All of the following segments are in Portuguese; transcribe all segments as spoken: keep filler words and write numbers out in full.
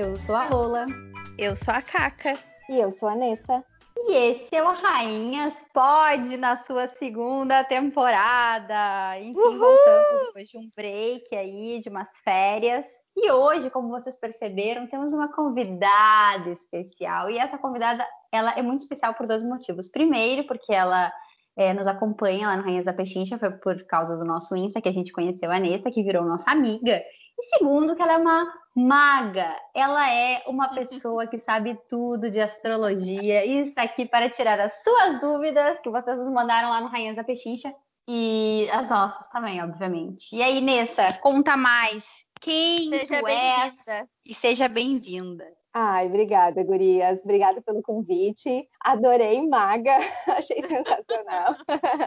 Eu sou a Lola. Eu sou a Caca. E eu sou a Nessa. E esse é o Rainhas Pod na sua segunda temporada. Enfim, Uhul! voltamos depois de um break aí, de umas férias. E hoje, como vocês perceberam, temos uma convidada especial. E essa convidada, ela é muito especial por dois motivos. Primeiro, porque ela é, nos acompanha lá no Rainhas da Pechincha, foi por causa do nosso Insta que a gente conheceu a Nessa, que virou nossa amiga. E segundo, que ela é uma maga. Ela é uma pessoa que sabe tudo de astrologia e está aqui para tirar as suas dúvidas que vocês nos mandaram lá no Rainhas da Pechincha e as nossas também, obviamente. E aí, Nessa, conta mais. Quem Seja tu és? bem-vinda. E seja bem-vinda. Ai, obrigada, gurias. Obrigada pelo convite. Adorei maga. Achei sensacional.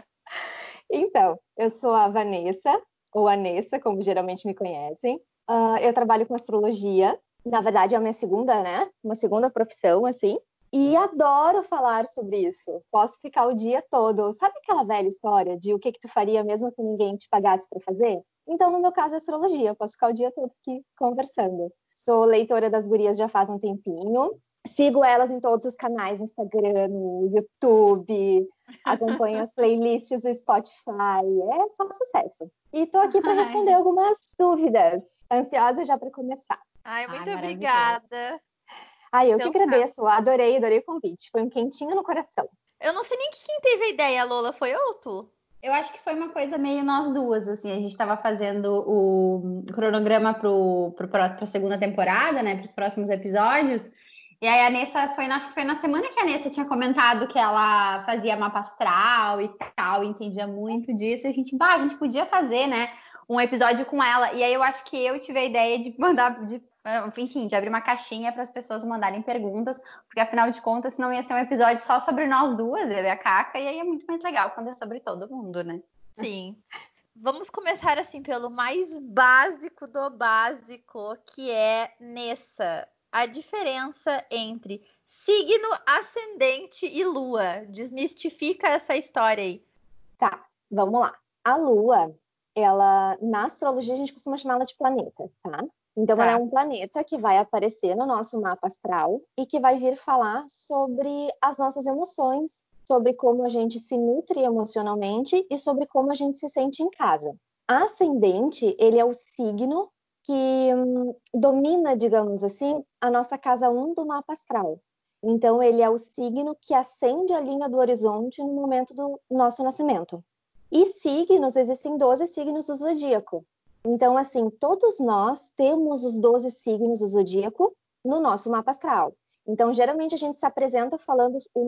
Então, eu sou a Vanessa, ou a Nessa, como geralmente me conhecem. Uh, eu trabalho com astrologia. Na verdade, é a minha segunda, né? Uma segunda profissão, assim. E adoro falar sobre isso. Posso ficar o dia todo. Sabe aquela velha história de o que, que tu faria mesmo que ninguém te pagasse para fazer? Então, no meu caso, é astrologia. Eu posso ficar o dia todo aqui conversando. Sou leitora das gurias já faz um tempinho. Sigo elas em todos os canais, no Instagram, no YouTube. Acompanho as playlists do Spotify. É só sucesso. E tô aqui para responder algumas dúvidas. Ansiosa já para começar. Ai, muito Ai, obrigada. Ai, eu Então que agradeço. Adorei, adorei o convite. Foi um quentinho no coração. Eu não sei nem que quem teve a ideia, Lola, foi eu ou tu? Eu acho que foi uma coisa meio nós duas, assim, a gente estava fazendo o cronograma para a segunda temporada, né, para os próximos episódios, e aí a Nessa, foi, acho que foi na semana que a Nessa tinha comentado que ela fazia mapa astral e tal, entendia muito disso, e a gente, bah, a gente podia fazer, né, um episódio com ela, e aí eu acho que eu tive a ideia de mandar, de, enfim, de abrir uma caixinha para as pessoas mandarem perguntas, porque afinal de contas, senão ia ser um episódio só sobre nós duas, eu e a Caca, e aí é muito mais legal quando é sobre todo mundo, né? Sim. Vamos começar assim pelo mais básico do básico, que é Nessa. A diferença entre signo, ascendente e lua. Desmistifica essa história aí. Tá, vamos lá. A Lua, ela, na astrologia, a gente costuma chamá-la de planeta, tá? Então, Tá. ela é um planeta que vai aparecer no nosso mapa astral e que vai vir falar sobre as nossas emoções, sobre como a gente se nutre emocionalmente e sobre como a gente se sente em casa. Ascendente, ele é o signo que hum, domina, digamos assim, a nossa casa um do mapa astral. Então, ele é o signo que acende a linha do horizonte no momento do nosso nascimento. E signos, existem doze signos do zodíaco. Então, assim, todos nós temos os doze signos do zodíaco no nosso mapa astral. Então, geralmente a gente se apresenta falando o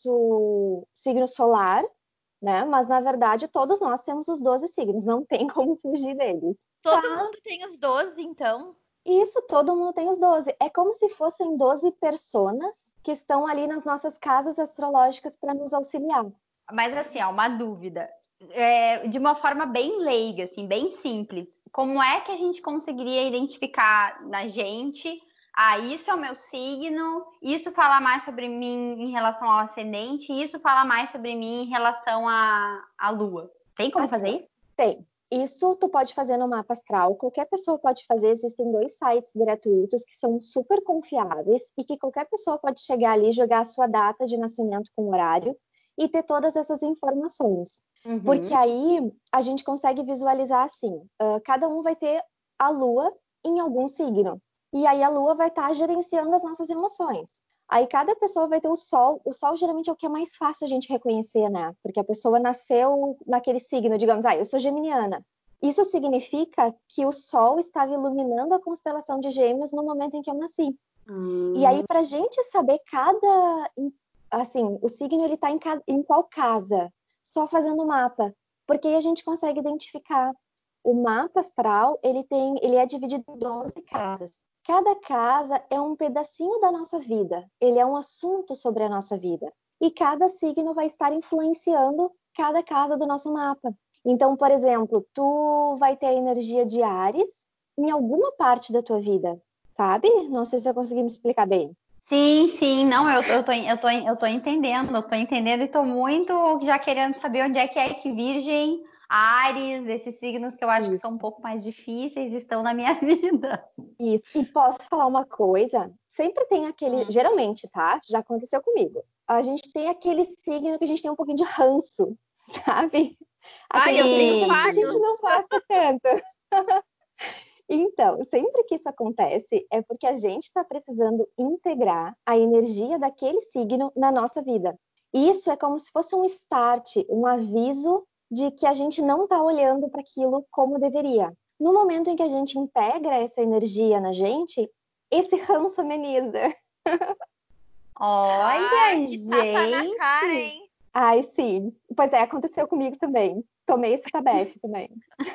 nosso signo solar, né? Mas, na verdade, todos nós temos os doze signos, não tem como fugir deles. Todo Tá? mundo tem os doze, então? Isso, todo mundo tem os doze. É como se fossem doze personas que estão ali nas nossas casas astrológicas para nos auxiliar. Mas assim, ó, uma dúvida. É, de uma forma bem leiga, assim, bem simples. Como é que a gente conseguiria identificar na gente, ah, isso é o meu signo, isso fala mais sobre mim em relação ao ascendente, isso fala mais sobre mim em relação à, à lua? Tem como Assim, fazer isso? Tem. Isso tu pode fazer no mapa astral, qualquer pessoa pode fazer, existem dois sites gratuitos que são super confiáveis e que qualquer pessoa pode chegar ali, jogar a sua data de nascimento com horário e ter todas essas informações. Uhum. Porque aí a gente consegue visualizar assim, uh, cada um vai ter a lua em algum signo, e aí a lua vai estar gerenciando as nossas emoções. Aí cada pessoa vai ter o sol. O sol geralmente é o que é mais fácil a gente reconhecer, né? Porque a pessoa nasceu naquele signo, digamos, ah, eu sou geminiana. Isso significa que o sol estava iluminando a constelação de Gêmeos no momento em que eu nasci. Hum. E aí, pra gente saber cada... Assim, o signo, ele tá em, ca... em qual casa? Só fazendo o mapa. Porque aí a gente consegue identificar. O mapa astral, ele, tem... ele é dividido em doze casas. Cada casa é um pedacinho da nossa vida, ele é um assunto sobre a nossa vida. E cada signo vai estar influenciando cada casa do nosso mapa. Então, por exemplo, tu vai ter a energia de Áries em alguma parte da tua vida, sabe? Não sei se eu consegui me explicar bem. Sim, sim, não, eu, eu, tô, eu, tô, eu tô entendendo, eu tô entendendo e tô muito já querendo saber onde é que é que Virgem Áries, esses signos que eu acho que são um Isso. pouco mais difíceis, estão na minha vida. Isso. E posso falar uma coisa? Sempre tem aquele, Hum. geralmente, tá? Já aconteceu comigo. A gente tem aquele signo que a gente tem um pouquinho de ranço, sabe? Ai, Aquele eu tenho signo que a gente vários. não gosta tanto. Então, sempre que isso acontece, é porque a gente está precisando integrar a energia daquele signo na nossa vida. Isso é como se fosse um start, um aviso de que a gente não está olhando para aquilo como deveria. No momento em que a gente integra essa energia na gente, esse ranço ameniza. Olha, Ai, que tapa na gente. cara, hein? Ai, sim. Pois é, aconteceu comigo também. Tomei esse tabefe também.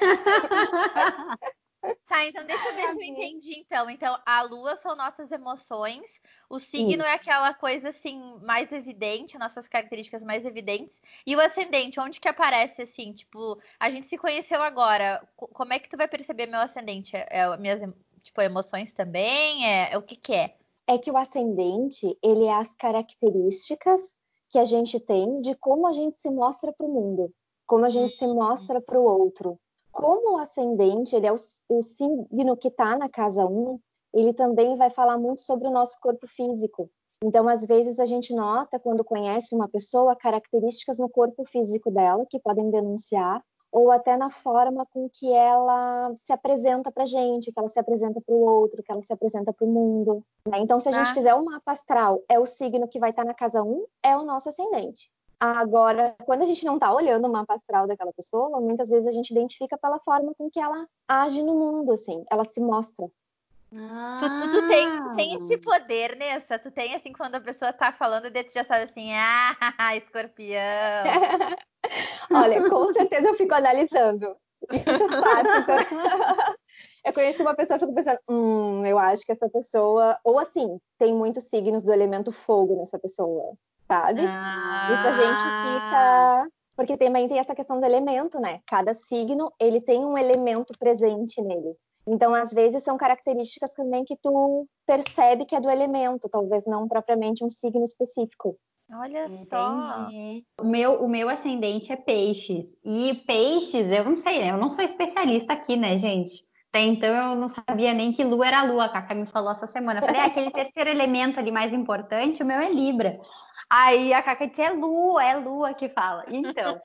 Tá, então deixa eu ver Ai, se eu amei. entendi, então. Então, a lua são nossas emoções, o signo Isso. é aquela coisa, assim, mais evidente, nossas características mais evidentes, e o ascendente, onde que aparece, assim, tipo, a gente se conheceu agora, co- como é que tu vai perceber meu ascendente? É, é minhas, em- tipo, emoções também? É, é o que que é? É que o ascendente, ele é as características que a gente tem de como a gente se mostra para o mundo, como a gente se mostra para o outro. Como o ascendente, ele é o, o signo que está na casa um, ele também vai falar muito sobre o nosso corpo físico. Então, às vezes, a gente nota, quando conhece uma pessoa, características no corpo físico dela que podem denunciar, ou até na forma com que ela se apresenta para a gente, que ela se apresenta para o outro, que ela se apresenta para o mundo. Né? Então, se a gente Ah, fizer um mapa astral, é o signo que vai estar na casa um, é o nosso ascendente. Agora, quando a gente não está olhando o mapa astral daquela pessoa, muitas vezes a gente identifica pela forma com que ela age no mundo, assim, ela se mostra. tu, tu, tu tem, tu Ah, tem esse poder, Nessa? Tu tem, assim, quando a pessoa tá falando, daí tu já sabe assim, ah, escorpião. Olha, com certeza eu fico analisando. Isso eu faço. Então... eu conheci uma pessoa e fico pensando, hum, eu acho que essa pessoa, ou assim, tem muitos signos do elemento fogo nessa pessoa, sabe? Isso a gente ah, fica. Porque também tem essa questão do elemento, né? Cada signo, ele tem um elemento presente nele. Então, às vezes, são características também que tu percebe que é do elemento, talvez não propriamente um signo específico. Olha só. entendi. O meu, o meu ascendente é peixes. E peixes, eu não sei, né? Eu não sou especialista aqui, né, gente? Até então eu não sabia nem que lua era lua. A Cacá me falou essa semana. Eu falei, ah, aquele terceiro elemento ali mais importante, o meu é Libra. Aí a Cacá disse, é lua, é lua que fala. Então,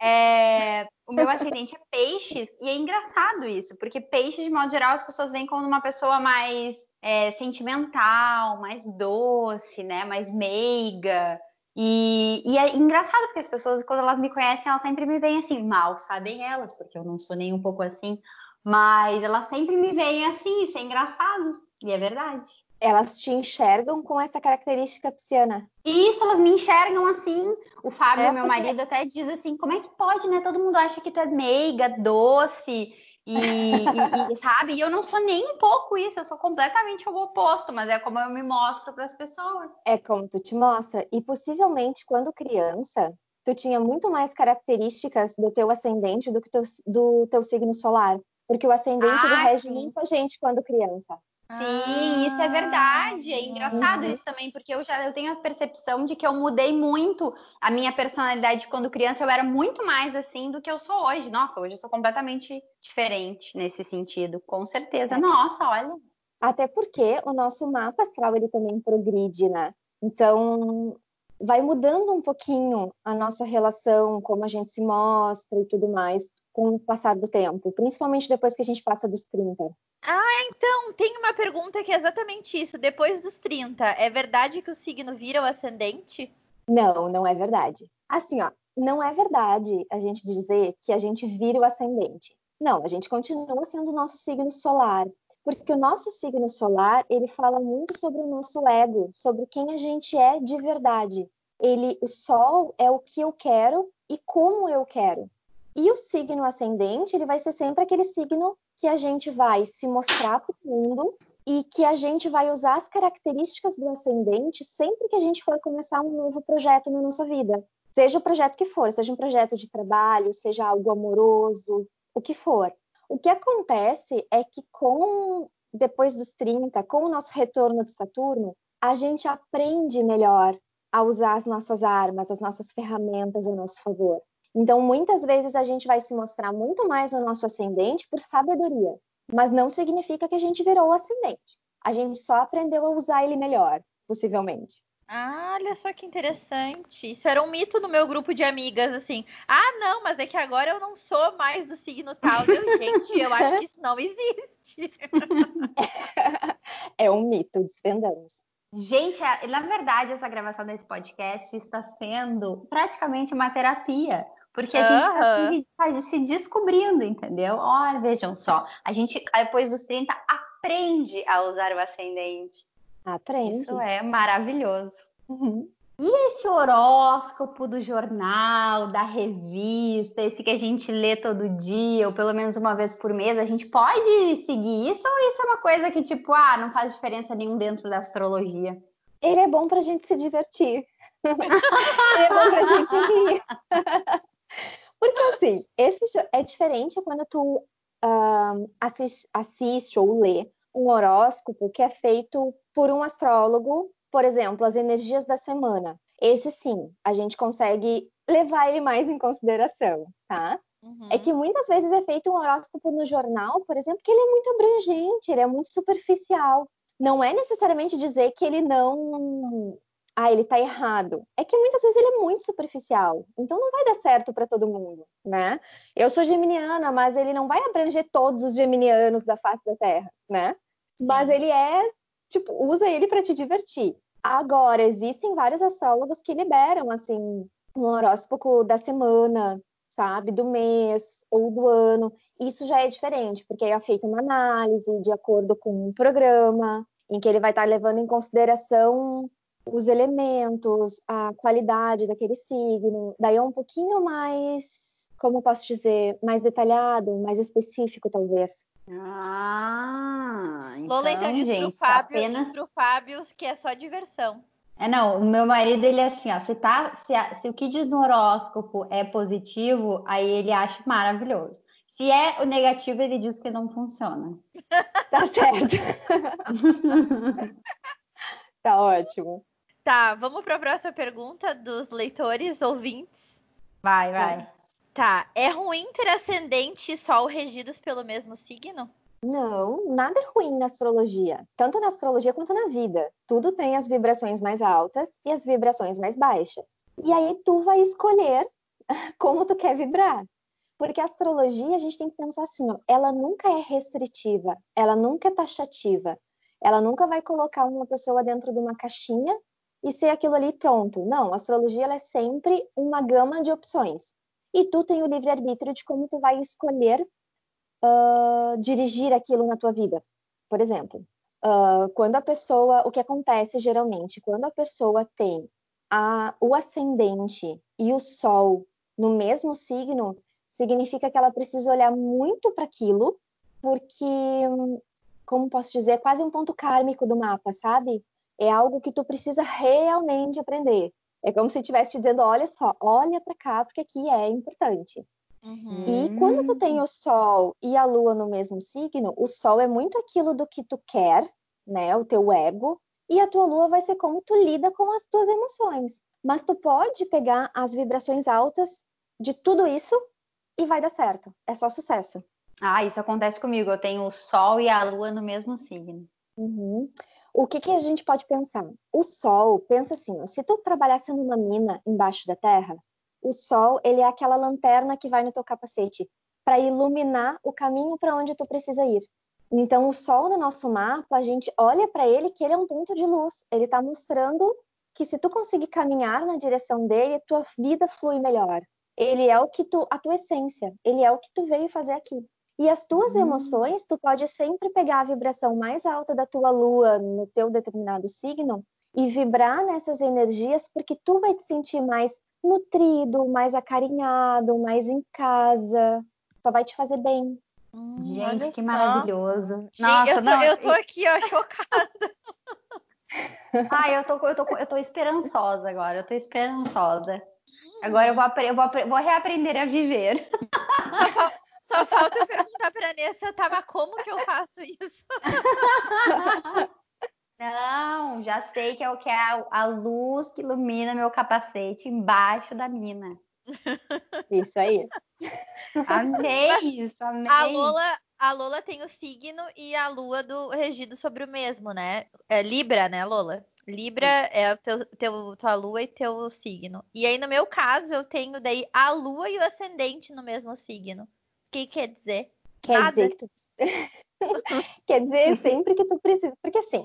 é, o meu ascendente é peixes. E é engraçado isso, porque peixes, de modo geral, as pessoas veem como uma pessoa mais é, sentimental, mais doce, né? Mais meiga. E, e é engraçado porque as pessoas, quando elas me conhecem, elas sempre me veem assim, mal sabem elas, porque eu não sou nem um pouco assim, mas elas sempre me veem assim, isso é engraçado, e é verdade. Elas te enxergam com essa característica pisciana. E isso, elas me enxergam assim. O Fábio, É meu porque marido, até diz assim: como é que pode, né? Todo mundo acha que tu é meiga, doce, e, e, e sabe? E eu não sou nem um pouco isso, eu sou completamente o oposto, mas é como eu me mostro para as pessoas. é como tu te mostra. E possivelmente, quando criança, tu tinha muito mais características do teu ascendente do que teu, do teu signo solar. Porque o ascendente, ele Ah, rege sim. muito a gente quando criança. Sim, isso é Ah, verdade. É engraçado Uhum. isso também, porque eu já eu tenho a percepção de que eu mudei muito a minha personalidade quando criança. Eu era muito mais assim do que eu sou hoje. Nossa, hoje eu sou completamente diferente nesse sentido, com certeza. É. Nossa, olha. Até porque o nosso mapa astral, ele também progride, né? Então, vai mudando um pouquinho a nossa relação, como a gente se mostra e tudo mais, com o passar do tempo. Principalmente depois que a gente passa dos trinta. Ah, então, tem uma pergunta que é exatamente isso. Depois dos trinta, é verdade que o signo vira o ascendente? Não, não é verdade. Assim, ó, não é verdade a gente dizer que a gente vira o ascendente. Não, a gente continua sendo o nosso signo solar, porque o nosso signo solar, ele fala muito sobre o nosso ego, sobre quem a gente é de verdade. Ele, o sol é o que eu quero e como eu quero. E o signo ascendente, ele vai ser sempre aquele signo que a gente vai se mostrar para o mundo e que a gente vai usar as características do ascendente sempre que a gente for começar um novo projeto na nossa vida. Seja o projeto que for, seja um projeto de trabalho, seja algo amoroso, o que for. O que acontece é que com depois dos trinta, com o nosso retorno de Saturno, a gente aprende melhor a usar as nossas armas, as nossas ferramentas a nosso favor. Então, muitas vezes a gente vai se mostrar muito mais no nosso ascendente por sabedoria, mas não significa que a gente virou o ascendente. A gente só aprendeu a usar ele melhor, possivelmente. Ah, olha só que interessante. Isso era um mito no meu grupo de amigas, assim. Ah, não, mas é que agora eu não sou mais do signo tal. Deu, gente, eu acho que isso não existe. É um mito, desvendamos. Gente, na verdade, essa gravação desse podcast está sendo praticamente uma terapia, porque a gente está Aham. se, se descobrindo, entendeu? Olha, vejam só, a gente, depois dos trinta, aprende a usar o ascendente. Aprende. Isso é maravilhoso. Uhum. E esse horóscopo do jornal, da revista, esse que a gente lê todo dia, ou pelo menos uma vez por mês, a gente pode seguir isso ou isso é uma coisa que, tipo, ah, não faz diferença nenhum dentro da astrologia? Ele é bom pra gente se divertir. Ele é bom pra gente rir. Porque, assim, esse é diferente quando tu uh, assiste, assiste ou lê um horóscopo que é feito por um astrólogo, por exemplo, as energias da semana. Esse sim, a gente consegue levar ele mais em consideração, tá? Uhum. É que muitas vezes é feito um horóscopo no jornal, por exemplo, que ele é muito abrangente, ele é muito superficial. Não é necessariamente dizer que ele não. Ah, ele tá errado. É que muitas vezes ele é muito superficial. Então não vai dar certo para todo mundo, né? Eu sou geminiana, mas ele não vai abranger todos os geminianos da face da Terra, né? Sim. Mas ele é, tipo, usa ele para te divertir. Agora, existem vários astrólogos que liberam, assim, um horóscopo da semana, sabe? Do mês ou do ano. Isso já é diferente, porque aí é feita uma análise de acordo com um programa, em que ele vai estar levando em consideração os elementos, a qualidade daquele signo. Daí é um pouquinho mais, como posso dizer, mais detalhado, mais específico, talvez. Ah, Lola, então então, diz pro gente, Fábio, apenas... diz pro Fábio que é só diversão. É, não, o meu marido, ele é assim, ó, se, tá, se, a- se o que diz no horóscopo é positivo, aí ele acha maravilhoso. Se é o negativo, ele diz que não funciona. Tá certo. Tá ótimo. Tá, vamos para a próxima pergunta dos leitores ouvintes. Vai, vai. Tá, é ruim ter ascendente e sol regidos pelo mesmo signo? Não, nada é ruim na astrologia, tanto na astrologia quanto na vida. Tudo tem as vibrações mais altas e as vibrações mais baixas. E aí tu vai escolher como tu quer vibrar. Porque a astrologia, a gente tem que pensar assim, ó, ela nunca é restritiva, ela nunca é taxativa, ela nunca vai colocar uma pessoa dentro de uma caixinha e ser aquilo ali pronto. Não, a astrologia ela é sempre uma gama de opções. E tu tem o livre-arbítrio de como tu vai escolher uh, dirigir aquilo na tua vida. Por exemplo, uh, quando a pessoa, o que acontece geralmente, quando a pessoa tem a, o ascendente e o sol no mesmo signo, significa que ela precisa olhar muito para aquilo, porque, como posso dizer, é quase um ponto kármico do mapa, sabe? É algo que tu precisa realmente aprender. É como se estivesse te dizendo, olha só, olha para cá, porque aqui é importante. Uhum. E quando tu tem o Sol e a Lua no mesmo signo, o Sol é muito aquilo do que tu quer, né? O teu ego, e a tua Lua vai ser como tu lida com as tuas emoções. Mas tu pode pegar as vibrações altas de tudo isso e vai dar certo. É só sucesso. Ah, isso acontece comigo. Eu tenho o Sol e a Lua no mesmo signo. Uhum. O que que a gente pode pensar? O Sol, pensa assim, ó, se tu trabalhasse numa mina embaixo da terra, o Sol, ele é aquela lanterna que vai no teu capacete para iluminar o caminho para onde tu precisa ir. Então, o Sol no nosso mapa, a gente olha para ele que ele é um ponto de luz. Ele está mostrando que se tu conseguir caminhar na direção dele, tua vida flui melhor. Ele é o que tu, a tua essência. Ele é o que tu veio fazer aqui. E as tuas Hum. emoções, tu pode sempre pegar a vibração mais alta da tua lua no teu determinado signo e vibrar nessas energias, porque tu vai te sentir mais nutrido, mais acarinhado, mais em casa. Só vai te fazer bem. Hum, Gente, que só. maravilhoso. Gente, Nossa, eu tô, não. eu tô aqui, ó, chocada. Ah, eu tô, eu tô, eu tô esperançosa agora. Eu tô esperançosa. Agora eu vou, eu vou, vou reaprender a viver. Só, fal, só falta eu perguntar pra Nessa, tá, mas como que eu faço isso? Não, já sei que é o que é a, a luz que ilumina meu capacete embaixo da mina. Isso aí. Amei isso, amei. A Lola, a Lola tem o signo e a lua do regido sobre o mesmo, né? É Libra, né, Lola? Libra é o teu, teu, tua lua e teu signo. E aí, no meu caso, eu tenho daí a lua e o ascendente no mesmo signo. O que quer dizer? Quer Nada. dizer que tu... Quer dizer, sempre que tu precisa. Porque assim,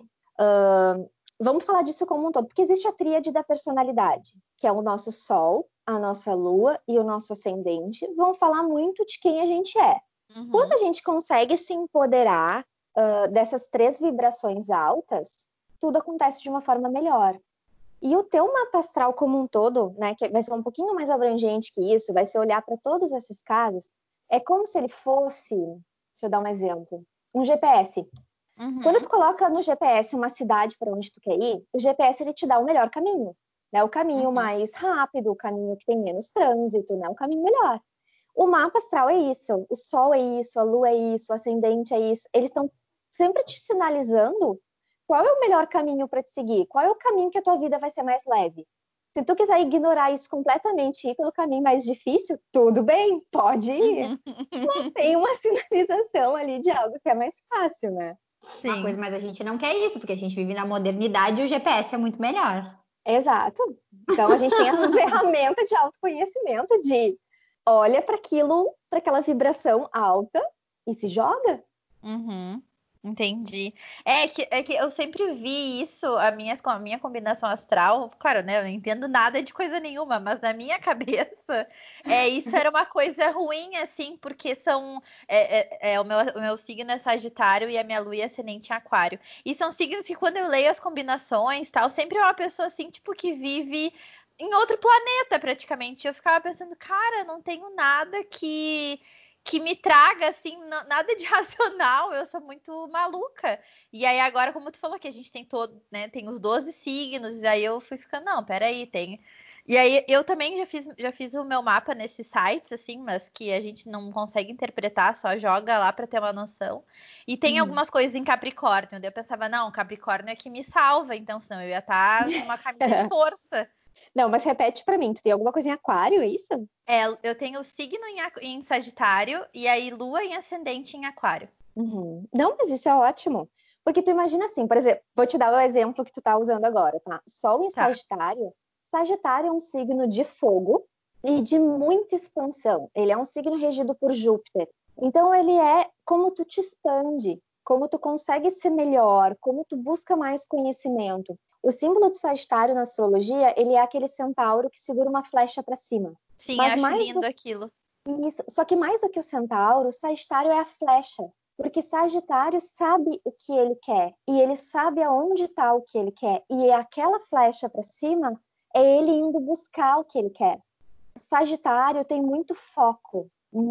uh, vamos falar disso como um todo. Porque existe a tríade da personalidade, que é o nosso Sol, a nossa Lua e o nosso ascendente. Vão falar muito de quem a gente é. Uhum. Quando a gente consegue se empoderar uh, dessas três vibrações altas, tudo acontece de uma forma melhor. E o teu mapa astral como um todo, né, que vai ser um pouquinho mais abrangente que isso, vai ser olhar para todas essas casas, é como se ele fosse, deixa eu dar um exemplo, um G P S. Uhum. Quando tu coloca no G P S uma cidade para onde tu quer ir, o G P S ele te dá o melhor caminho, né? O caminho Uhum. mais rápido, o caminho que tem menos trânsito, né? O caminho melhor. O mapa astral é isso, o Sol é isso, a Lua é isso, o ascendente é isso. Eles estão sempre te sinalizando qual é o melhor caminho para te seguir, qual é o caminho que a tua vida vai ser mais leve. Se tu quiser ignorar isso completamente e ir pelo caminho mais difícil, tudo bem, pode ir. Uhum. Mas tem uma sinalização ali de algo que é mais fácil, né? Sim. Uma coisa, mas a gente não quer isso, porque a gente vive na modernidade e o G P S é muito melhor. Exato. Então a gente tem a ferramenta de autoconhecimento de olha para aquilo, para aquela vibração alta e se joga. Uhum. Entendi. É que, é que eu sempre vi isso, a minha, a minha combinação astral, claro, né? Eu não entendo nada de coisa nenhuma, mas na minha cabeça, é, isso era uma coisa ruim, assim, porque são. É, é, é, o, meu, o meu signo é Sagitário e a minha lua é ascendente em Aquário. E são signos que, quando eu leio as combinações tal, sempre é uma pessoa assim, tipo, que vive em outro planeta, praticamente. Eu ficava pensando, cara, não tenho nada que que me traga, assim, nada de racional, eu sou muito maluca. E aí agora, como tu falou que a gente tem todo, né, tem os doze signos, e aí eu fui ficando, não, peraí, tem... E aí eu também já fiz, já fiz o meu mapa nesses sites, assim, mas que a gente não consegue interpretar, só joga lá para ter uma noção. E tem Uhum. algumas coisas em Capricórnio, daí eu pensava, não, Capricórnio é que me salva, então senão eu ia estar numa camisa de força. Não, mas repete para mim, tu tem alguma coisa em Aquário, é isso? É, eu tenho signo em, em Sagitário e aí lua em ascendente em Aquário. Uhum. Não, mas isso é ótimo. Porque tu imagina assim, por exemplo, vou te dar o exemplo que tu tá usando agora, tá? Sol em Tá. Sagitário. Sagitário é um signo de fogo e de muita expansão. Ele é um signo regido por Júpiter. Então ele é como tu te expande, como tu consegue ser melhor, como tu busca mais conhecimento. O símbolo de Sagitário na astrologia, ele é aquele centauro que segura uma flecha para cima. Sim, Mas acho mais lindo do aquilo. Isso. Só que mais do que o centauro, o Sagitário é a flecha. Porque Sagitário sabe o que ele quer. E ele sabe aonde está o que ele quer. E aquela flecha para cima é ele indo buscar o que ele quer. Sagitário tem muito foco,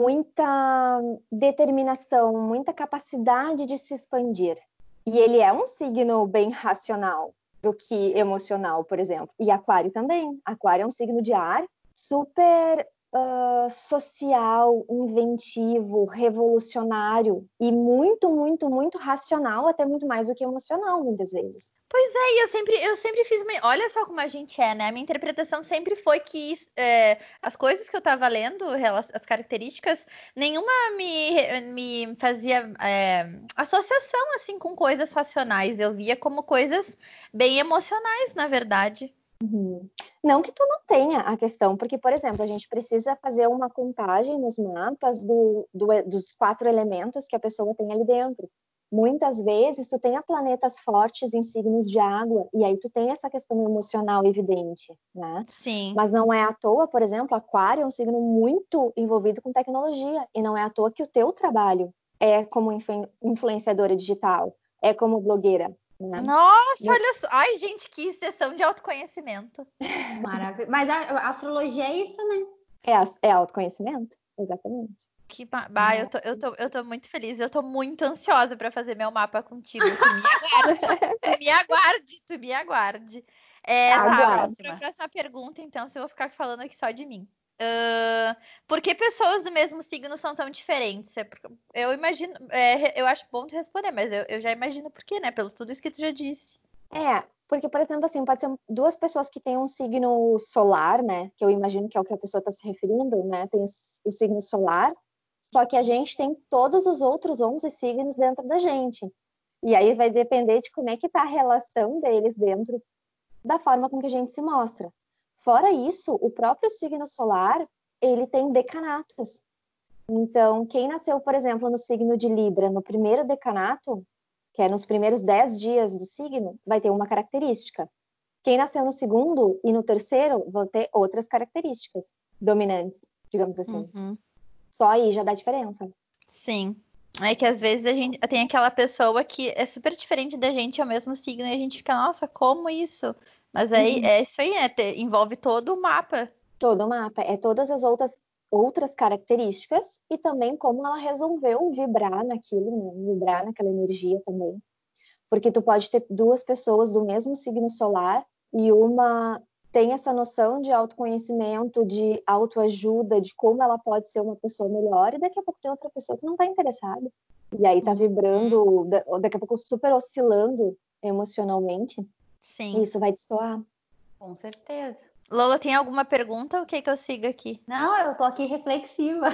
muita determinação, muita capacidade de se expandir. E ele é um signo bem racional do que emocional, por exemplo. E Aquário também. Aquário é um signo de ar super uh, social, inventivo, revolucionário e muito, muito, muito racional, até muito mais do que emocional, muitas vezes. Pois é, e eu sempre, eu sempre fiz. Uma... Olha só como a gente é, né? A minha interpretação sempre foi que é, as coisas que eu tava lendo, as características, nenhuma me, me fazia é, associação assim com coisas racionais. Eu via como coisas bem emocionais, na verdade. Uhum. Não que tu não tenha a questão, porque, por exemplo, a gente precisa fazer uma contagem nos mapas do, do, dos quatro elementos que a pessoa tem ali dentro. Muitas vezes tu tenha planetas fortes em signos de água, e aí tu tem essa questão emocional evidente, né? Sim. Mas não é à toa, por exemplo, Aquário é um signo muito envolvido com tecnologia, e não é à toa que o teu trabalho é como influ- influenciadora digital, é como blogueira, né? Nossa, olha só. Ai, gente, que sessão de autoconhecimento. Maravilha. Mas a, a astrologia é isso, né? É, é autoconhecimento, exatamente. Que bah, eu tô, eu, tô, eu tô muito feliz, eu tô muito ansiosa para fazer meu mapa contigo. Tu me aguarde, tu me aguarde, tu me aguarde. É, tá, Aguardo. para a próxima pergunta, então, se eu vou ficar falando aqui só de mim. Uh, por que pessoas do mesmo signo são tão diferentes? É porque eu imagino, é, eu acho bom tu responder, mas eu, eu já imagino por quê, né? Pelo tudo isso que tu já disse. É, Porque, por exemplo, assim, pode ser duas pessoas que têm um signo solar, né? Que eu imagino que é o que a pessoa está se referindo, né? Tem o signo solar, só que a gente tem todos os outros onze signos dentro da gente. E aí vai depender de como é que tá a relação deles dentro da forma com que a gente se mostra. Fora isso, o próprio signo solar, ele tem decanatos. Então, quem nasceu, por exemplo, no signo de Libra, no primeiro decanato, que é nos primeiros dez dias do signo, vai ter uma característica. Quem nasceu no segundo e no terceiro vão ter outras características dominantes, digamos assim. Uhum. Só aí já dá diferença. Sim. É que às vezes a gente tem aquela pessoa que é super diferente da gente, é o mesmo signo, e a gente fica, nossa, como isso? Mas aí Uhum. é isso aí, né? Te- envolve todo o mapa. Todo o mapa. É todas as outras, outras características e também como ela resolveu vibrar naquilo, né? Vibrar naquela energia também. Porque tu pode ter duas pessoas do mesmo signo solar e uma tem essa noção de autoconhecimento, de autoajuda, de como ela pode ser uma pessoa melhor, e daqui a pouco tem outra pessoa que não está interessada. E aí tá vibrando, daqui a pouco super oscilando emocionalmente, Sim. e isso vai destoar. Com certeza. Lola, tem alguma pergunta? O que que eu sigo aqui? Não, eu tô aqui reflexiva.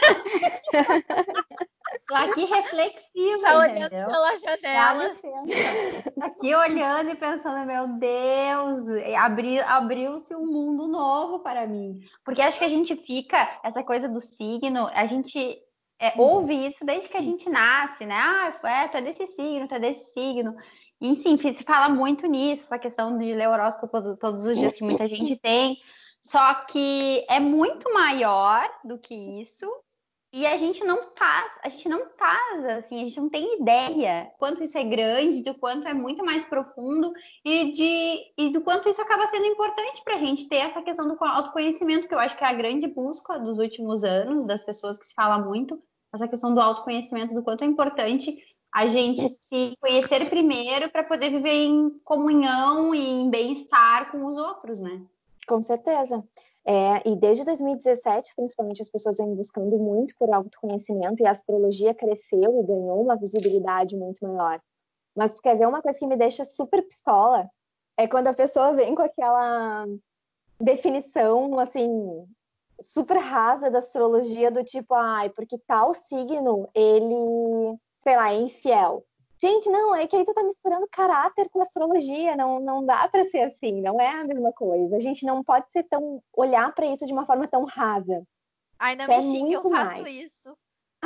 Tô aqui reflexiva, Tá olhando entendeu? pela Dá janela. licença. Aqui olhando e pensando, meu Deus, abri, abriu-se um mundo novo para mim. Porque acho que a gente fica, essa coisa do signo, a gente é, ouve isso desde que a gente nasce, né? Ah, é, tu é desse signo, tu é desse signo. E, enfim, se fala muito nisso, essa questão de ler horóscopo todos os dias que muita gente tem. Só que é muito maior do que isso. E a gente não faz, a gente não faz, assim, a gente não tem ideia quanto isso é grande, do quanto é muito mais profundo e, de, e do quanto isso acaba sendo importante para a gente ter essa questão do autoconhecimento, que eu acho que é a grande busca dos últimos anos, das pessoas que se fala muito, essa questão do autoconhecimento, do quanto é importante a gente se conhecer primeiro para poder viver em comunhão e em bem-estar com os outros, né? Com certeza. É, e desde dois mil e dezessete, principalmente, as pessoas vêm buscando muito por autoconhecimento e a astrologia cresceu e ganhou uma visibilidade muito maior. Mas tu quer ver uma coisa que me deixa super pistola? É quando a pessoa vem com aquela definição, assim, super rasa da astrologia do tipo, ai, porque tal signo, ele, sei lá, é infiel. Gente, não, é que aí tu tá misturando caráter com astrologia, não, não dá pra ser assim, não é a mesma coisa. A gente não pode ser tão, olhar pra isso de uma forma tão rasa. Ai, não Isso é me xingue, eu muito faço mais. isso.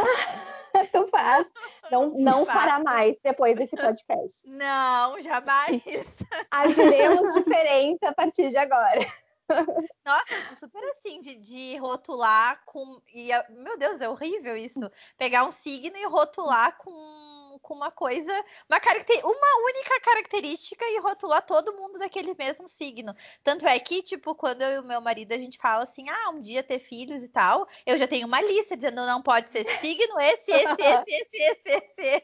Tu faz. Não, não fará Faço. mais depois desse podcast. Não, jamais. Agiremos diferente a partir de agora. Nossa, eu sou super assim de, de rotular com. E, é- meu Deus, é horrível isso. Pegar um signo e rotular com, com uma coisa, uma, caracter, uma única característica e rotular todo mundo daquele mesmo signo. Tanto é que, tipo, quando eu e o meu marido a gente fala assim, ah, um dia ter filhos e tal, eu já tenho uma lista dizendo não pode ser signo, esse, esse, esse, esse, esse, esse.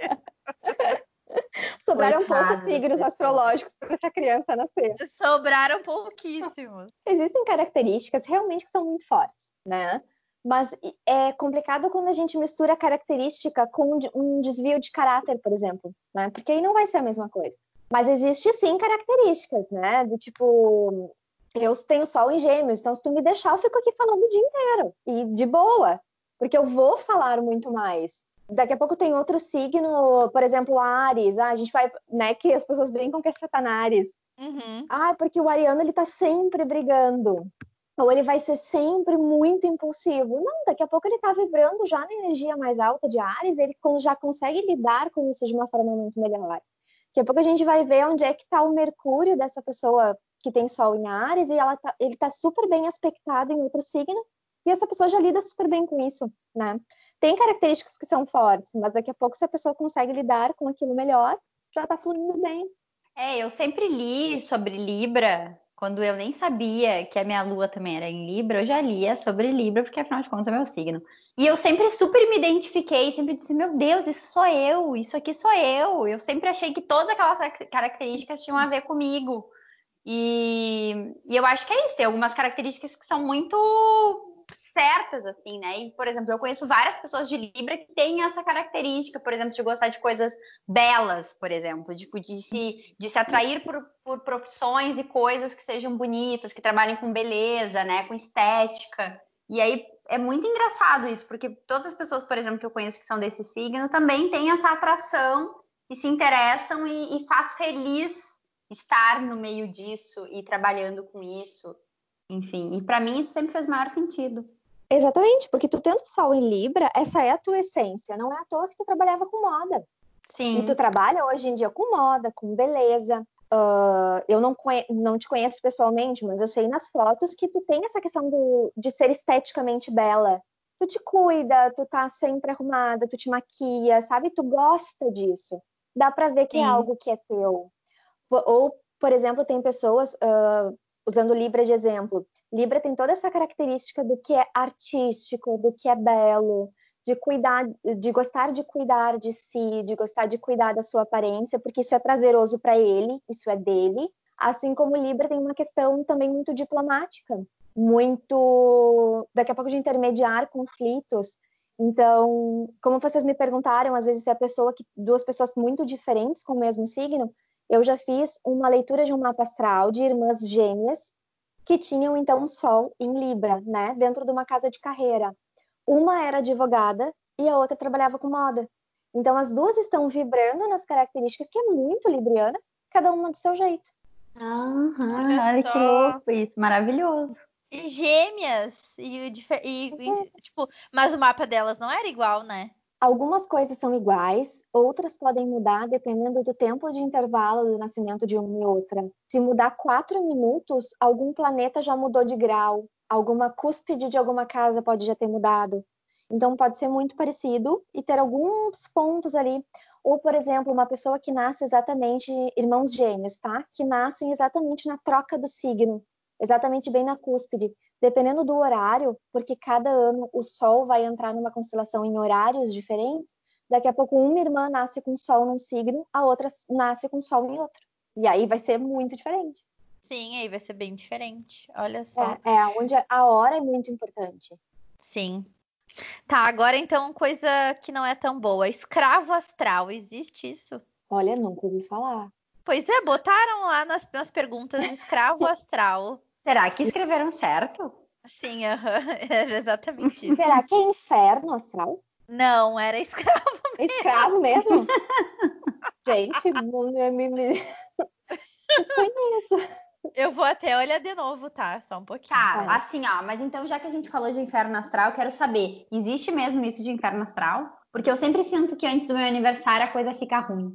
Sobraram poucos Coitadas das signos pessoas. astrológicos para essa criança nascer. Sobraram pouquíssimos. Existem características realmente que são muito fortes, né? Mas é complicado quando a gente mistura característica com um desvio de caráter, por exemplo, né? Porque aí não vai ser a mesma coisa. Mas existe sim características, né? Do tipo, eu tenho sol em gêmeos, então se tu me deixar, eu fico aqui falando o dia inteiro. E de boa, porque eu vou falar muito mais. Daqui a pouco tem outro signo, por exemplo, Áries. Ah, a gente vai, né, que as pessoas brincam que é Satanás. Uhum. Ah, porque o ariano ele tá sempre brigando. Ou ele vai ser sempre muito impulsivo. Não, daqui a pouco ele tá vibrando já na energia mais alta de Áries, ele já consegue lidar com isso de uma forma muito melhor. Daqui a pouco a gente vai ver onde é que tá o Mercúrio dessa pessoa que tem Sol em Áries e ela tá, ele tá super bem aspectado em outro signo e essa pessoa já lida super bem com isso, né? Tem características que são fortes, mas daqui a pouco se a pessoa consegue lidar com aquilo melhor, já tá fluindo bem. É, eu sempre li sobre Libra, quando eu nem sabia que a minha lua também era em Libra, eu já lia sobre Libra, porque afinal de contas é meu signo. E eu sempre super me identifiquei, sempre disse, meu Deus, isso sou eu, isso aqui sou eu. Eu sempre achei que todas aquelas características tinham a ver comigo. E, e eu acho que é isso, tem algumas características que são muito certas, assim, né? E, por exemplo, eu conheço várias pessoas de Libra que têm essa característica, por exemplo, de gostar de coisas belas, por exemplo, de, de, se, de se atrair por, por profissões e coisas que sejam bonitas, que trabalhem com beleza, né? Com estética. E aí é muito engraçado isso, porque todas as pessoas, por exemplo, que eu conheço que são desse signo, também têm essa atração e se interessam e, e faz feliz estar no meio disso e trabalhando com isso. Enfim, e para mim isso sempre fez maior sentido. Exatamente, porque tu tendo Sol em Libra, essa é a tua essência. Não é à toa que tu trabalhava com moda. Sim. E tu trabalha hoje em dia com moda, com beleza. Uh, eu não, conhe- não te conheço pessoalmente, mas eu sei nas fotos que tu tem essa questão do, de ser esteticamente bela. Tu te cuida, tu tá sempre arrumada, tu te maquia, sabe? Tu gosta disso. Dá pra ver que Sim. é algo que é teu. Ou, por exemplo, tem pessoas, uh, usando Libra de exemplo, Libra tem toda essa característica do que é artístico, do que é belo, de cuidar, de gostar de cuidar de si, de gostar de cuidar da sua aparência, porque isso é prazeroso para ele, isso é dele. Assim como Libra tem uma questão também muito diplomática, muito, daqui a pouco, de intermediar conflitos. Então, como vocês me perguntaram, às vezes se é a pessoa que duas pessoas muito diferentes com o mesmo signo, eu já fiz uma leitura de um mapa astral de irmãs gêmeas que tinham, então, um Sol em Libra, né? Dentro de uma casa de carreira. Uma era advogada e a outra trabalhava com moda. Então, as duas estão vibrando nas características que é muito libriana, cada uma do seu jeito. Uhum, Olha olha só. que louco isso, maravilhoso. E gêmeas. E, dife- e- e, tipo, mas o mapa delas não era igual, né? Algumas coisas são iguais, outras podem mudar dependendo do tempo de intervalo do nascimento de uma e outra. Se mudar quatro minutos, algum planeta já mudou de grau, alguma cúspide de alguma casa pode já ter mudado. Então pode ser muito parecido e ter alguns pontos ali. Ou, por exemplo, uma pessoa que nasce exatamente, irmãos gêmeos, tá? Que nascem exatamente na troca do signo, exatamente bem na cúspide. Dependendo do horário, porque cada ano o Sol vai entrar numa constelação em horários diferentes, daqui a pouco uma irmã nasce com Sol num signo, a outra nasce com Sol em outro. E aí vai ser muito diferente. Sim, aí vai ser bem diferente. Olha só. É, é onde a hora é muito importante. Sim. Tá, agora então, coisa que não é tão boa. Escravo astral, existe isso? Olha, nunca ouvi falar. Pois é, botaram lá nas, nas perguntas escravo astral. Será que escreveram certo? Sim, aham, era exatamente isso. Será que é inferno astral? Não, era escravo. Escravo mesmo? Gente, não me, me, me... desconheço. Eu vou até olhar de novo, tá? Só um pouquinho. Tá, Tá. assim, ó, mas então já que a gente falou de inferno astral, eu quero saber, existe mesmo isso de inferno astral? Porque eu sempre sinto que antes do meu aniversário a coisa fica ruim.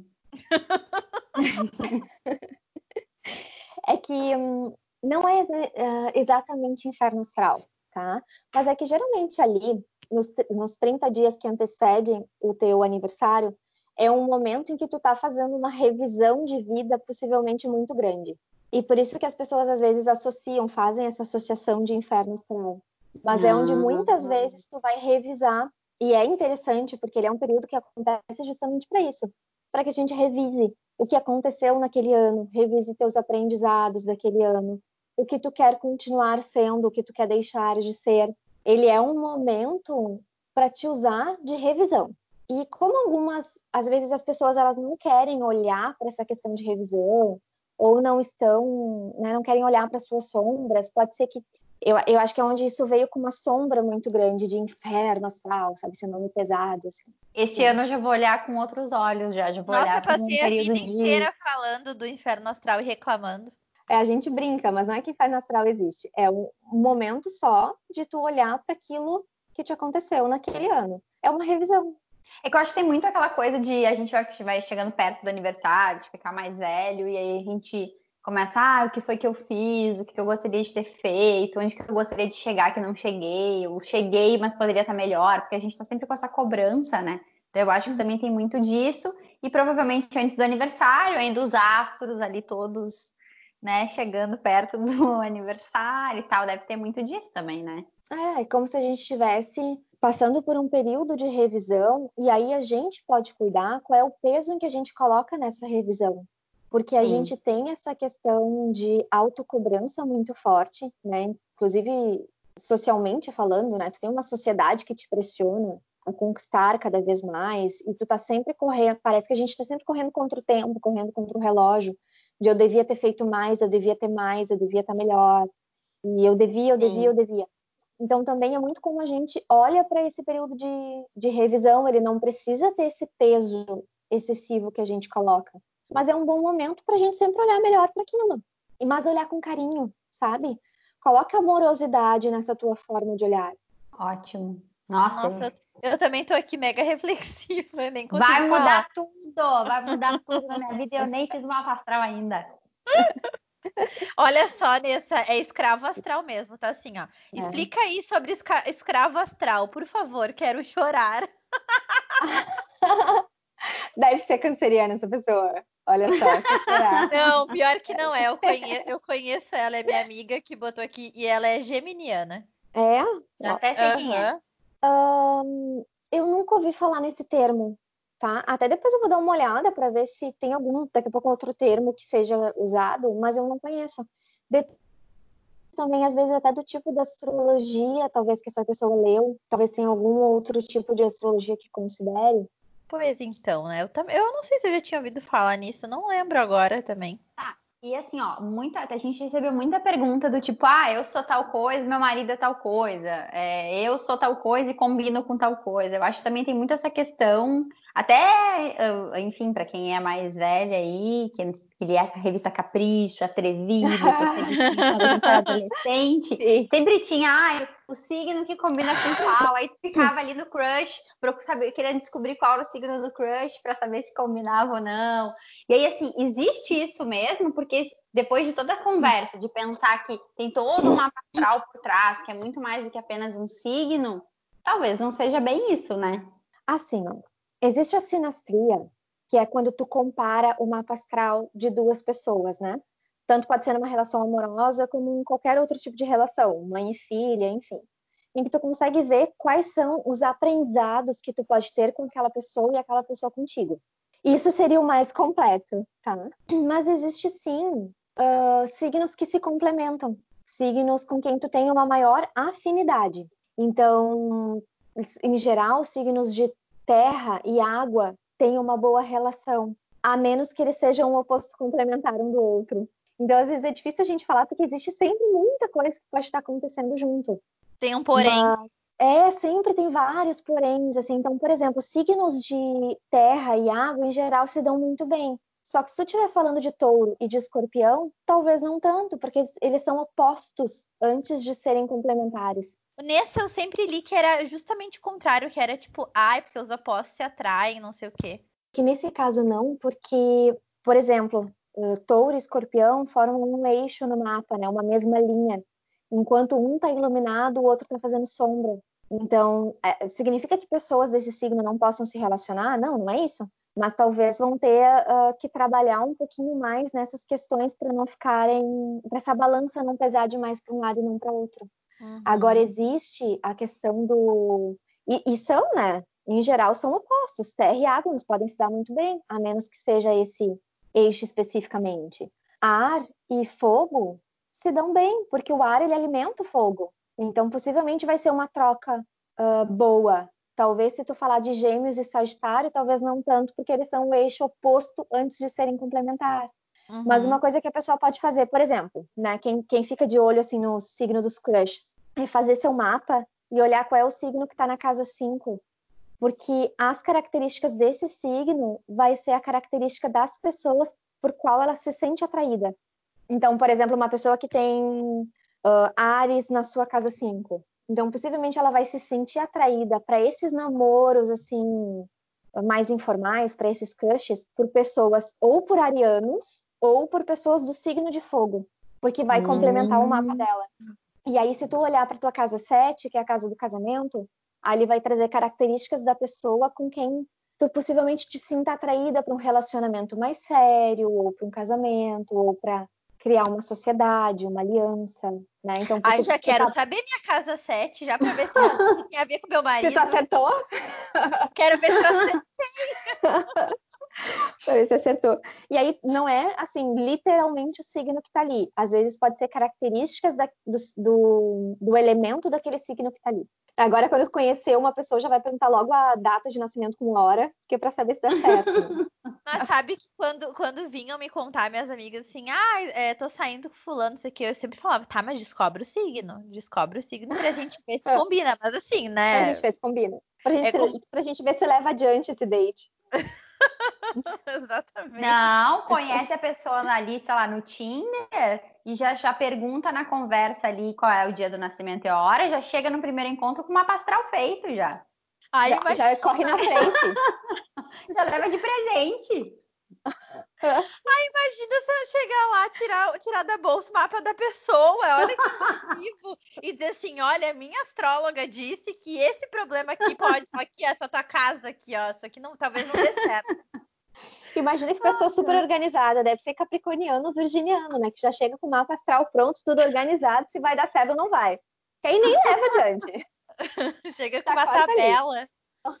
É que hum, não é uh, exatamente inferno astral, tá? Mas é que geralmente ali, nos, nos trinta dias que antecedem o teu aniversário, é um momento em que tu tá fazendo uma revisão de vida possivelmente muito grande. E por isso que as pessoas às vezes associam, fazem essa associação de inferno astral. Mas é onde muitas Ah, vezes tu vai revisar, e é interessante porque ele é um período que acontece justamente para isso, para que a gente revise o que aconteceu naquele ano, revise teus aprendizados daquele ano, o que tu quer continuar sendo, o que tu quer deixar de ser. Ele é um momento para te usar de revisão. E como algumas, às vezes as pessoas elas não querem olhar para essa questão de revisão, ou não estão, né, não querem olhar para suas sombras, pode ser que eu, eu acho que é onde isso veio com uma sombra muito grande de inferno astral, sabe, esse nome pesado, assim. esse ano eu já vou olhar com outros olhos, já, já vou Nossa, eu olhar como um passei a período vida de. inteira falando do inferno astral e reclamando. É, a gente brinca, mas não é que inferno astral existe. É um momento só de tu olhar para aquilo que te aconteceu naquele ano. É uma revisão. É que eu acho que tem muito aquela coisa de a gente vai, vai chegando perto do aniversário, de ficar mais velho, e aí a gente começa, ah, o que foi que eu fiz, o que eu gostaria de ter feito, onde que eu gostaria de chegar que não cheguei, ou cheguei, mas poderia estar melhor, porque a gente tá sempre com essa cobrança, né? Então eu acho que também tem muito disso, e provavelmente antes do aniversário, ainda os astros ali todos, né, chegando perto do aniversário e tal, deve ter muito disso também, né? É, é como se a gente estivesse passando por um período de revisão, e aí a gente pode cuidar qual é o peso em que a gente coloca nessa revisão. Porque a Sim. gente tem essa questão de autocobrança muito forte, né? Inclusive, socialmente falando, né? Tu tem uma sociedade que te pressiona a conquistar cada vez mais, e tu tá sempre correndo, parece que a gente tá sempre correndo contra o tempo, correndo contra o relógio, de eu devia ter feito mais, eu devia ter mais, eu devia estar melhor, e eu devia, eu devia, Sim. eu devia. Então também é muito como a gente olha para esse período de, de revisão, ele não precisa ter esse peso excessivo que a gente coloca, mas é um bom momento pra gente sempre olhar melhor para aquilo, e mas olhar com carinho, sabe? Coloca amorosidade nessa tua forma de olhar. Ótimo. Nossa, Nossa, eu também tô aqui mega reflexiva, eu nem consigo vai mudar falar. tudo, vai mudar tudo na minha vida e eu nem fiz uma astral ainda. Olha só, Nessa, é escravo astral mesmo, tá assim, ó. É. Explica aí sobre esca- escravo astral, por favor, quero chorar. Deve ser canceriana essa pessoa. Olha só, quer chorar. Não, pior que não é, eu conheço, eu conheço ela, é minha amiga que botou aqui, e ela é geminiana. É? Eu até sei quem é. Aham. Eu nunca ouvi falar nesse termo, tá? Até depois eu vou dar uma olhada para ver se tem algum, daqui a pouco, outro termo que seja usado, mas eu não conheço. Depende também, às vezes, até do tipo de astrologia, talvez que essa pessoa leu, talvez tenha algum outro tipo de astrologia que considere. Pois então, né? Eu, tam... eu não sei se eu já tinha ouvido falar nisso, não lembro agora também. Tá. E assim, ó, muita, a gente recebeu muita pergunta do tipo, ah, eu sou tal coisa, meu marido é tal coisa, é, eu sou tal coisa e combino com tal coisa. Eu acho que também tem muito essa questão, até, enfim, para quem é mais velha aí, que, que lia a revista Capricho, Atrevido, essas revistinhas quando a gente era adolescente, Sim. sempre tinha, ah, o signo que combina com qual, aí tu ficava ali no crush, pra saber, querendo descobrir qual era o signo do crush para saber se combinava ou não. E aí, assim, existe isso mesmo? Porque depois de toda a conversa, de pensar que tem todo um mapa astral por trás, que é muito mais do que apenas um signo, talvez não seja bem isso, né? Assim, ó, existe a sinastria, que é quando tu compara o mapa astral de duas pessoas, né? Tanto pode ser numa relação amorosa como em qualquer outro tipo de relação, mãe e filha, enfim. Em que tu consegue ver quais são os aprendizados que tu pode ter com aquela pessoa e aquela pessoa contigo. Isso seria o mais completo, tá? Mas existe sim uh, signos que se complementam, signos com quem tu tem uma maior afinidade. Então, em geral, signos de terra e água têm uma boa relação, a menos que eles sejam um oposto complementar um do outro. Então, às vezes é difícil a gente falar porque existe sempre muita coisa que pode estar acontecendo junto. Tem um porém. Mas, é, sempre tem vários poréns, assim. Então, por exemplo, signos de terra e água, em geral, se dão muito bem. Só que se tu estiver falando de touro e de escorpião, talvez não tanto, porque eles são opostos antes de serem complementares. Nessa eu sempre li que era justamente o contrário, que era tipo, ai, porque os opostos se atraem, não sei o quê. Que nesse caso não, porque, por exemplo, touro e escorpião formam um eixo no mapa, né? Uma mesma linha. Enquanto um está iluminado, o outro está fazendo sombra. Então, é, significa que pessoas desse signo não possam se relacionar? Não, não é isso. Mas talvez vão ter uh, que trabalhar um pouquinho mais nessas questões para não ficarem, para essa balança não pesar demais para um lado e não para outro. Uhum. Agora existe a questão do e, e são, né? Em geral são opostos. Terra e água eles podem se dar muito bem, a menos que seja esse eixo especificamente. Ar e fogo se dão bem, porque o ar ele alimenta o fogo. Então, possivelmente vai ser uma troca uh, boa. Talvez se tu falar de Gêmeos e Sagitário, talvez não tanto, porque eles são o eixo oposto antes de serem complementar. Uhum. Mas uma coisa que a pessoa pode fazer, por exemplo, né, quem, quem fica de olho assim no signo dos crushes, é fazer seu mapa e olhar qual é o signo que está na casa cinco. Porque as características desse signo vai ser a característica das pessoas por qual ela se sente atraída. Então, por exemplo, uma pessoa que tem uh, Áries na sua casa cinco. Então, possivelmente ela vai se sentir atraída para esses namoros, assim, mais informais, para esses crushes, por pessoas ou por arianos ou por pessoas do signo de fogo, porque vai hum. complementar o mapa dela. E aí, se tu olhar para tua casa sete, que é a casa do casamento, aí ele vai trazer características da pessoa com quem tu possivelmente te sinta atraída para um relacionamento mais sério, ou para um casamento, ou para criar uma sociedade, uma aliança, né? Então, Ai, já quero tá... saber minha casa sete, já para ver se eu, tem a ver com meu marido. Se tu acertou? Quero ver se eu acertei. Pra ver se acertou. E aí, não é, assim, literalmente o signo que tá ali. Às vezes pode ser características da, do, do, do elemento daquele signo que tá ali. Agora, quando conhecer uma pessoa, já vai perguntar logo a data de nascimento com hora, que é pra saber se dá certo. Né? Mas sabe que quando, quando vinham me contar, minhas amigas, assim, ah, é, tô saindo com fulano, não sei o que, eu sempre falava, tá, mas descobre o signo. Descobre o signo pra gente ver se combina. Mas assim, Pra gente né? ver se combina. Pra gente, É se, como... pra gente ver se leva adiante esse date. Exatamente. Não, conhece a pessoa ali, sei lá, no Tinder e já, já pergunta na conversa ali qual é o dia do nascimento e a hora, já chega no primeiro encontro com uma pastral feito já. Ai, Já, já corre na frente. Já leva de presente. Ai, imagina se eu chegar lá, tirar, tirar da bolsa o mapa da pessoa, olha que invasivo, e dizer assim, olha, minha astróloga disse que esse problema aqui pode, aqui, essa tua casa aqui, ó, isso aqui não, talvez não dê certo. Imagina que pessoa super organizada, deve ser capricorniano, virginiano, né? Que já chega com o mapa astral pronto, tudo organizado, se vai dar certo ou não vai. Que aí nem leva adiante. Chega com Já uma corta ali. tabela.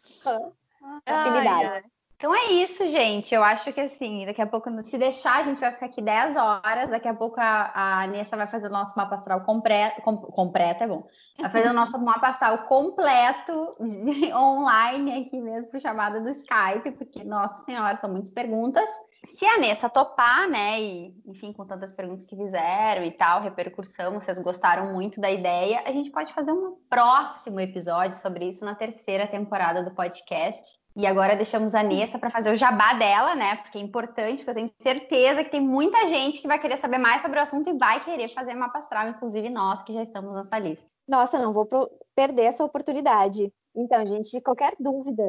Afinidade. Ai, ai. Então é isso, gente. Eu acho que assim, daqui a pouco, se deixar, a gente vai ficar aqui dez horas. Daqui a pouco a, a Nessa vai fazer o nosso mapa astral completo. Com, completo é bom. Vai fazer o nosso mapa astral completo online aqui mesmo, por chamada do Skype, porque, nossa senhora, são muitas perguntas. Se a Nessa topar, né, e enfim, com tantas perguntas que fizeram e tal, repercussão, vocês gostaram muito da ideia, a gente pode fazer um próximo episódio sobre isso na terceira temporada do podcast. E agora deixamos a Nessa para fazer o jabá dela, né? Porque é importante, porque eu tenho certeza que tem muita gente que vai querer saber mais sobre o assunto e vai querer fazer mapa astral, inclusive nós que já estamos nessa lista. Nossa, não vou pro... perder essa oportunidade. Então, gente, qualquer dúvida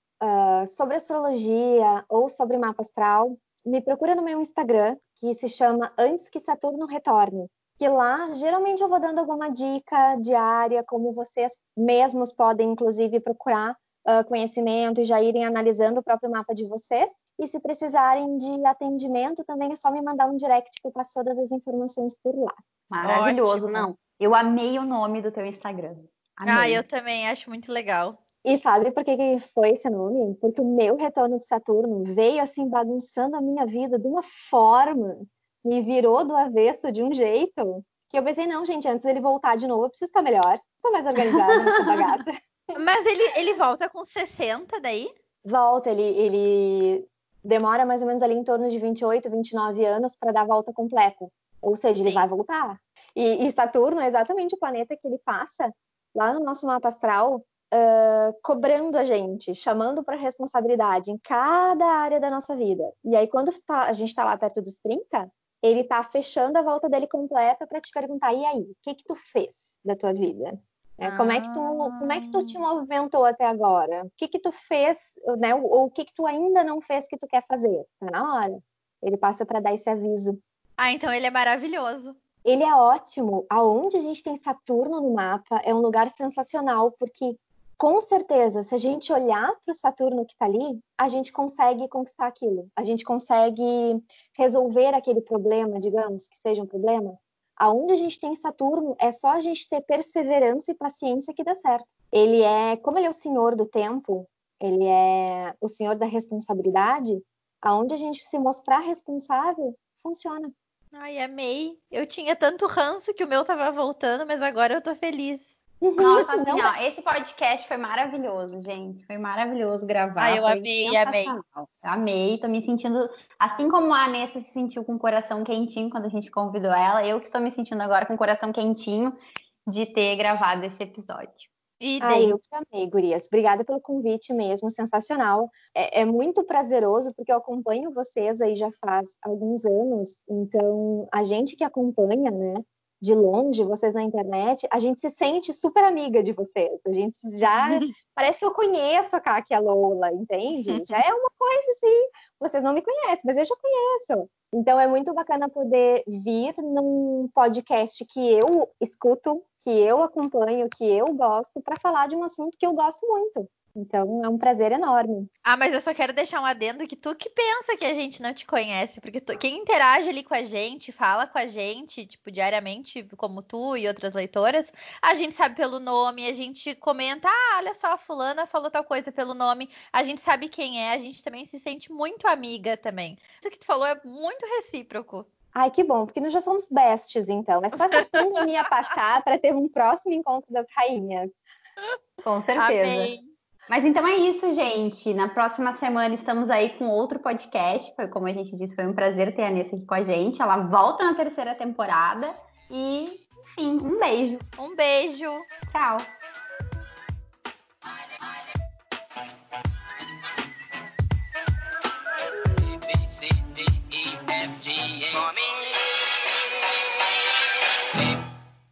uh, sobre astrologia ou sobre mapa astral, me procura no meu Instagram, que se chama Antes que Saturno Retorne. Que lá, geralmente, eu vou dando alguma dica diária, como vocês mesmos podem, inclusive, procurar uh, conhecimento e já irem analisando o próprio mapa de vocês. E se precisarem de atendimento, também é só me mandar um direct que eu passo todas as informações por lá. Maravilhoso, Ótimo. não. Eu amei o nome do teu Instagram. Amei. Ah, eu também acho muito legal. E sabe por que, que foi esse nome? Porque o meu retorno de Saturno veio assim bagunçando a minha vida de uma forma, me virou do avesso de um jeito, que eu pensei, não, gente, antes dele voltar de novo, eu preciso estar melhor, estar mais organizada nessa bagaça. Mas ele, ele volta com sessenta daí? Volta, ele, ele demora mais ou menos ali em torno de vinte e oito, vinte e nove anos para dar a volta completa. Ou seja, ele Sim. vai voltar. E, e Saturno é exatamente o planeta que ele passa lá no nosso mapa astral, uh, cobrando a gente, chamando para responsabilidade em cada área da nossa vida. E aí, quando tá, a gente está lá perto dos trinta, ele está fechando a volta dele completa para te perguntar, e aí, o que que tu fez da tua vida? É, como, é que tu, como é que tu te movimentou até agora? O que que tu fez, né? Ou o que que tu ainda não fez que tu quer fazer? Tá na hora. Ele passa para dar esse aviso. Ah, então ele é maravilhoso. Ele é ótimo. Aonde a gente tem Saturno no mapa é um lugar sensacional, porque com certeza, se a gente olhar para o Saturno que está ali, a gente consegue conquistar aquilo. A gente consegue resolver aquele problema, digamos, que seja um problema. Aonde a gente tem Saturno, é só a gente ter perseverança e paciência que dá certo. Ele é, como ele é o senhor do tempo, ele é o senhor da responsabilidade, aonde a gente se mostrar responsável, funciona. Ai, amei. Eu tinha tanto ranço que o meu tava voltando, mas agora eu tô feliz. Nossa, assim, Não, ó, esse podcast foi maravilhoso, gente. Foi maravilhoso gravar, Ai, eu foi amei, amei. sensacional. Eu amei, tô me sentindo, assim como a Anessa se sentiu com o coração quentinho quando a gente convidou ela, eu que estou me sentindo agora com o coração quentinho de ter gravado esse episódio. Ah, Idem. eu que amei, gurias. Obrigada pelo convite mesmo, sensacional. É, é muito prazeroso, porque eu acompanho vocês aí já faz alguns anos, então a gente que acompanha, né, de longe, vocês na internet, a gente se sente super amiga de vocês. A gente já, parece que eu conheço a Kaki e a Lola, entende? Já é uma coisa assim, vocês não me conhecem, mas eu já conheço. Então é muito bacana poder vir num podcast que eu escuto, que eu acompanho, que eu gosto, para falar de um assunto que eu gosto muito. Então é um prazer enorme. Ah, mas eu só quero deixar um adendo que tu que pensa que a gente não te conhece, porque tu- quem interage ali com a gente, fala com a gente, tipo, diariamente, como tu e outras leitoras, a gente sabe pelo nome, a gente comenta, ah, olha só, a fulana falou tal coisa pelo nome, a gente sabe quem é, a gente também se sente muito amiga também. Isso que tu falou é muito recíproco. Ai, que bom, porque nós já somos besties, então. É só essa pandemia passar para ter um próximo encontro das rainhas. Com certeza. Amém. Mas então é isso, gente. Na próxima semana estamos aí com outro podcast. Foi como a gente disse, foi um prazer ter a Nessa aqui com a gente. Ela volta na terceira temporada. E, enfim, um beijo. Um beijo. Tchau.